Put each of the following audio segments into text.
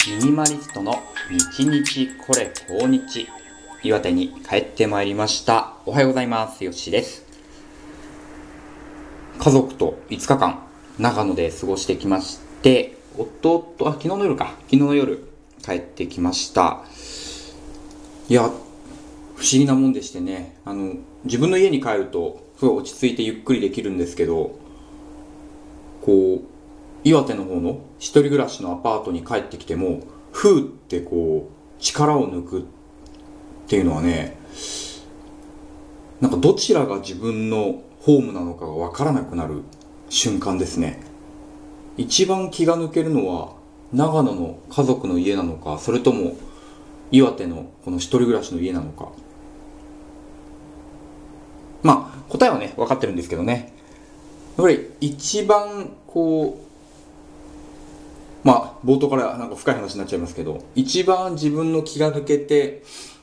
ミニマリストの日日これ今日、岩手に帰ってまいりました。おはようございます。よしです。家族と5日間長野で過ごしてきまして、昨日の夜帰ってきました。いや、不思議なもんでしてね、自分の家に帰るとすごい落ち着いてゆっくりできるんですけど、岩手の方の一人暮らしのアパートに帰ってきてもふーって力を抜くっていうのはね、なんかどちらが自分のホームなのかがわからなくなる瞬間ですね。一番気が抜けるのは長野の家族の家なのか、それとも岩手のこの一人暮らしの家なのか。まあ答えはね分かってるんですけどね、やっぱり一番冒頭からなんか深い話になっちゃいますけど、一番自分の気が抜けて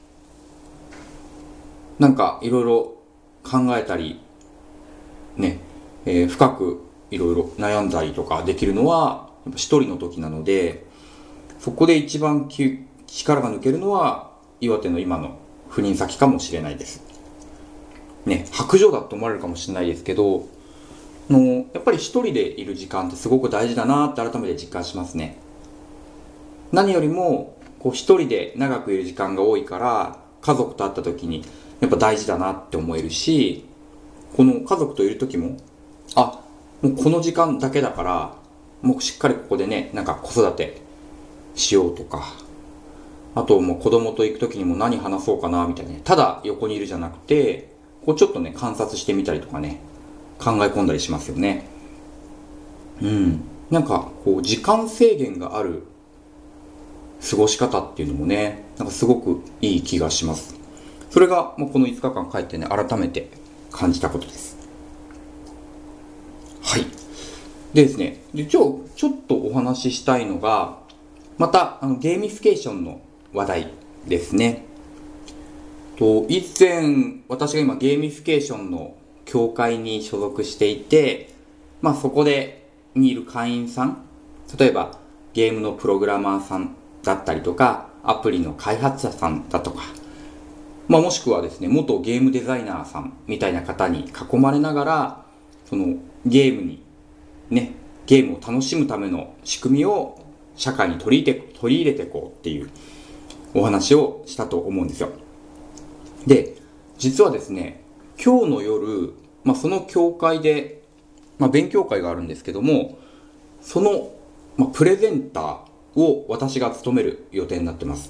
なんかいろいろ考えたりね、深くいろいろ悩んだりとかできるのはやっぱ一人の時なので、そこで一番力が抜けるのは岩手の今の赴任先かもしれないですね。薄情だと思われるかもしれないですけど、やっぱり一人でいる時間ってすごく大事だなって改めて実感しますね。何よりも一人で長くいる時間が多いから家族と会った時にやっぱ大事だなって思えるし、この家族といる時ももうこの時間だけだからもうしっかりここでね、なんか子育てしようとか、あともう子供と行く時にも何話そうかなみたいなね、ただ横にいるじゃなくてちょっとね観察してみたりとかね、考え込んだりしますよね。なんか時間制限がある過ごし方っていうのもね、なんかすごくいい気がします。それがもうこの5日間帰ってね改めて感じたことです。はい。でですね、今日ちょっとお話ししたいのがまたゲーミフィケーションの話題ですね。以前私が今ゲーミフィケーションの協会に所属していて、そこにいる会員さん、例えばゲームのプログラマーさんだったりとか、アプリの開発者さんだとか、もしくはですね、元ゲームデザイナーさんみたいな方に囲まれながら、そのゲームを楽しむための仕組みを社会に取り入れていこうっていうお話をしたと思うんですよ。で、実はですね、今日の夜、その教会で、勉強会があるんですけども、その、プレゼンターを私が務める予定になってます。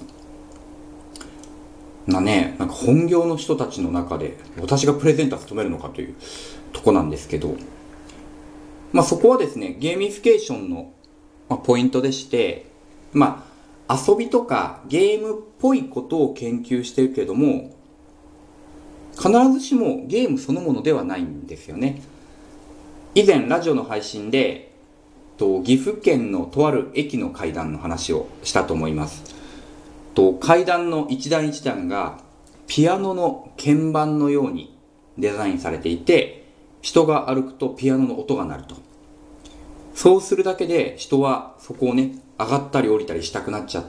なんか本業の人たちの中で私がプレゼンターを務めるのかというとこなんですけど、そこはですね、ゲーミフィケーションの、ポイントでして、遊びとかゲームっぽいことを研究してるけれども、必ずしもゲームそのものではないんですよね。以前ラジオの配信で岐阜県のとある駅の階段の話をしたと思います。階段の一段一段がピアノの鍵盤のようにデザインされていて、人が歩くとピアノの音が鳴ると。そうするだけで人はそこをね、上がったり降りたりしたくなっちゃって、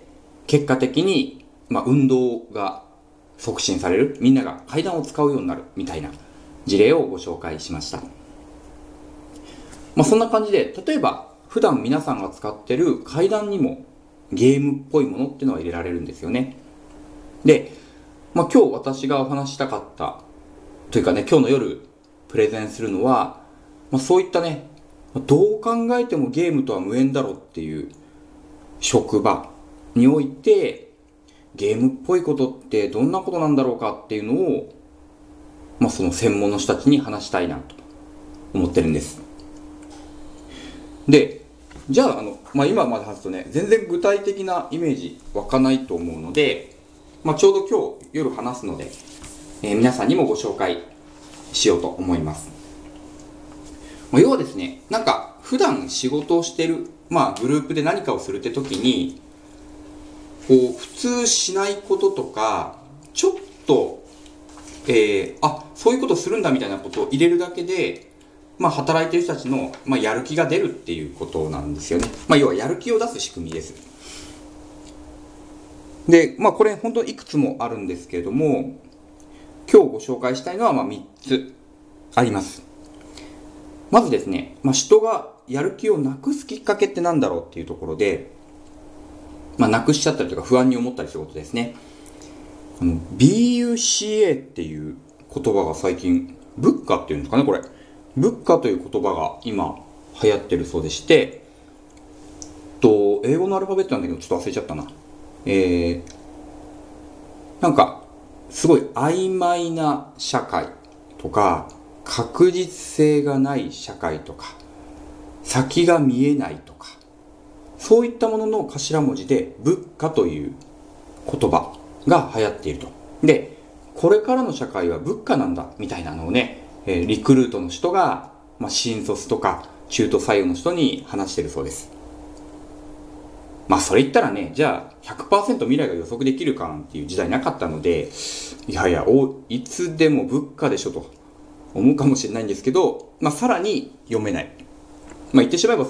結果的に運動が促進される、みんなが階段を使うようになるみたいな事例をご紹介しました。そんな感じで、例えば普段皆さんが使ってる階段にもゲームっぽいものっていうのは入れられるんですよね。で、今日私がお話したかったというかね、今日の夜プレゼンするのは、そういったね、どう考えてもゲームとは無縁だろうっていう職場において、ゲームっぽいことってどんなことなんだろうかっていうのを、その専門の人たちに話したいなと思ってるんです。で、じゃあ、今まで話すとね、全然具体的なイメージ湧かないと思うので、ちょうど今日夜話すので、皆さんにもご紹介しようと思います。要はですね、なんか普段仕事をしてる、グループで何かをするって時に、普通しないこととか、ちょっと、そういうことするんだみたいなことを入れるだけで、働いてる人たちの、やる気が出るっていうことなんですよね。要はやる気を出す仕組みです。 で、これ本当いくつもあるんですけれども、今日ご紹介したいのは3つあります。まずですね、人がやる気をなくすきっかけってなんだろうっていうところで、なくしちゃったりとか不安に思ったりすることですね。BUCA っていう言葉が最近、ブッカっていうんですかね、これ。ブッカという言葉が今流行ってるそうでして、英語のアルファベットなんだけどちょっと忘れちゃったな。なんか、すごい曖昧な社会とか、確実性がない社会とか、先が見えないとか、そういったものの頭文字でブッカという言葉が流行っていると。で、これからの社会はブッカなんだみたいなのをね、リクルートの人が、新卒とか中途採用の人に話しているそうです。それ言ったらね、じゃあ 100% 未来が予測できるかなんていう時代なかったので、いつでも物価でしょと思うかもしれないんですけど、さらに読めない。言ってしまえば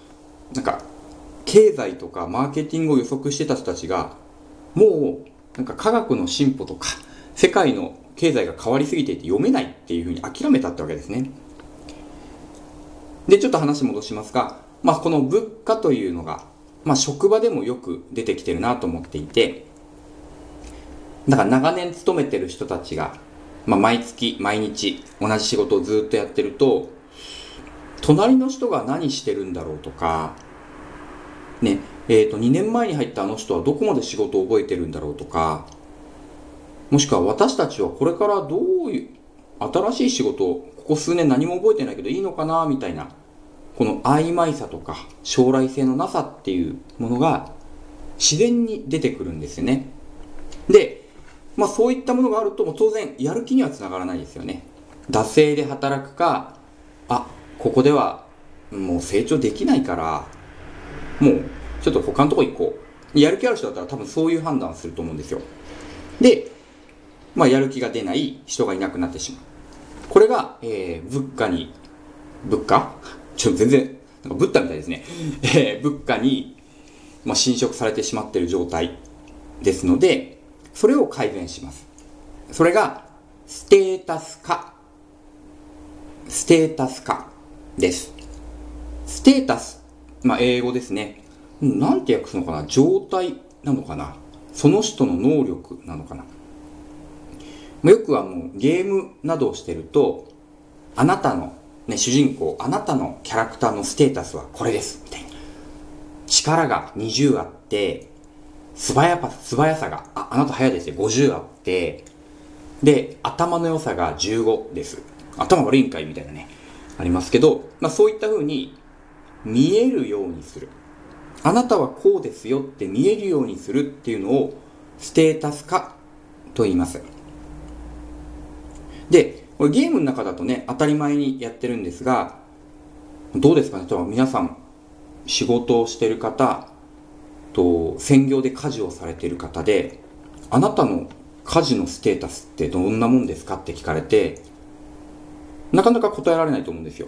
経済とかマーケティングを予測してた人たちが、もう科学の進歩とか、世界の経済が変わりすぎていて読めないっていうふうに諦めたってわけですね。で、ちょっと話戻しますが、この物価というのが、職場でもよく出てきてるなと思っていて、だから長年勤めてる人たちが、毎月毎日同じ仕事をずっとやってると、隣の人が何してるんだろうとか、ね、2年前に入ったあの人はどこまで仕事を覚えてるんだろうとか、もしくは私たちはこれからどういう新しい仕事をここ数年何も覚えてないけどいいのかなみたいな、この曖昧さとか将来性のなさっていうものが自然に出てくるんですよね。で、そういったものがあるともう当然やる気にはつながらないですよね。惰性で働くか、ここではもう成長できないからもうちょっと他のとこ行こう。やる気ある人だったら多分そういう判断をすると思うんですよ。で、やる気が出ない人がいなくなってしまう。これが、物価全然、ブッダみたいですね。物価に、侵食されてしまっている状態ですので、それを改善します。それが、ステータス化です。ステータス、英語ですね。なんて訳すのかな、状態なのかな、その人の能力なのかな。よくはもうゲームなどをしてると、あなたの主人公、あなたのキャラクターのステータスはこれですみたいな。力が20あって、素早さが、あなた早いですよ、50あって、で、頭の良さが15です。頭悪いんかいみたいなね、ありますけど、そういった風に見えるようにする。あなたはこうですよって見えるようにするっていうのをステータス化と言います。で、これゲームの中だとね、当たり前にやってるんですが、どうですかね、皆さん、仕事をしてる方、専業で家事をされている方で、あなたの家事のステータスってどんなもんですかって聞かれて、なかなか答えられないと思うんですよ。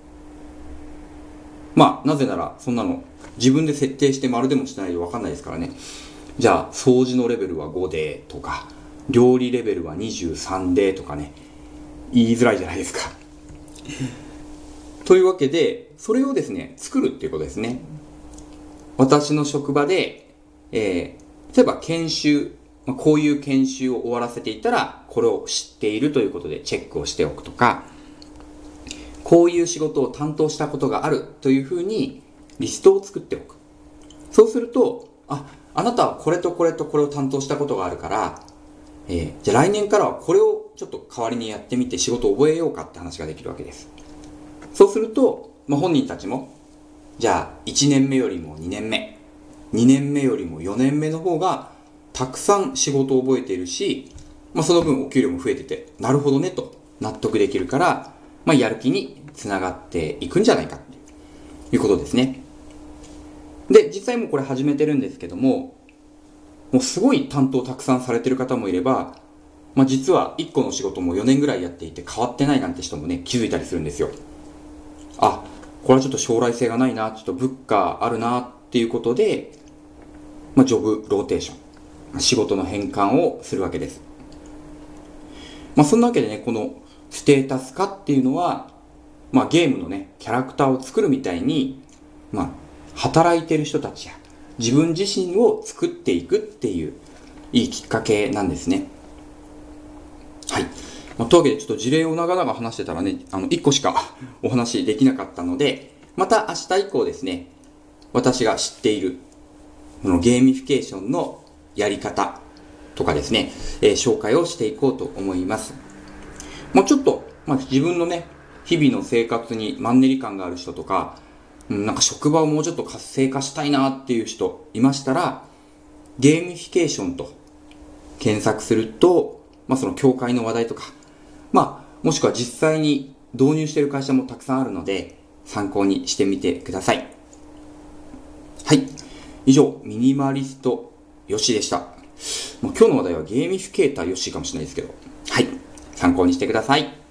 なぜなら、そんなの自分で設定して丸でもしてないと分かんないですからね。じゃあ、掃除のレベルは5でとか、料理レベルは23でとかね、言いづらいじゃないですか。というわけで、それをですね、作るっていうことですね。私の職場で、例えば研修、こういう研修を終わらせていたら、これを知っているということでチェックをしておくとか、こういう仕事を担当したことがあるというふうにリストを作っておく。そうすると、あなたはこれとこれとこれを担当したことがあるから、じゃあ来年からはこれをちょっと代わりにやってみて仕事を覚えようかって話ができるわけです。そうすると、本人たちも、じゃあ1年目よりも2年目、2年目よりも4年目の方がたくさん仕事を覚えているし、その分お給料も増えてて、なるほどねと納得できるから、やる気につながっていくんじゃないかということですね。で、実際もうこれ始めてるんですけども、もうすごい担当たくさんされてる方もいれば、実は1個の仕事も4年ぐらいやっていて変わってないなんて人もね、気づいたりするんですよ。これはちょっと将来性がないな、ちょっと物価あるなっていうことで、ジョブローテーション。 仕事の変換をするわけです。そんなわけでね、このステータス化っていうのは、ゲームのね、キャラクターを作るみたいに、働いてる人たちや自分自身を作っていくっていういいきっかけなんですね。はい。というわけでちょっと事例を長々話してたらね、1個しかお話できなかったので、また明日以降ですね、私が知っているこのゲーミフィケーションのやり方とかですね、紹介をしていこうと思います。ちょっと、自分のね、日々の生活にマンネリ感がある人とか、なんか職場をもうちょっと活性化したいなっていう人いましたら、ゲーミフィケーションと検索すると、その協会の話題とか、もしくは実際に導入している会社もたくさんあるので、参考にしてみてください。はい。以上、ミニマリストよしでした。今日の話題はゲーミフィケーターよしかもしれないですけど、はい。参考にしてください。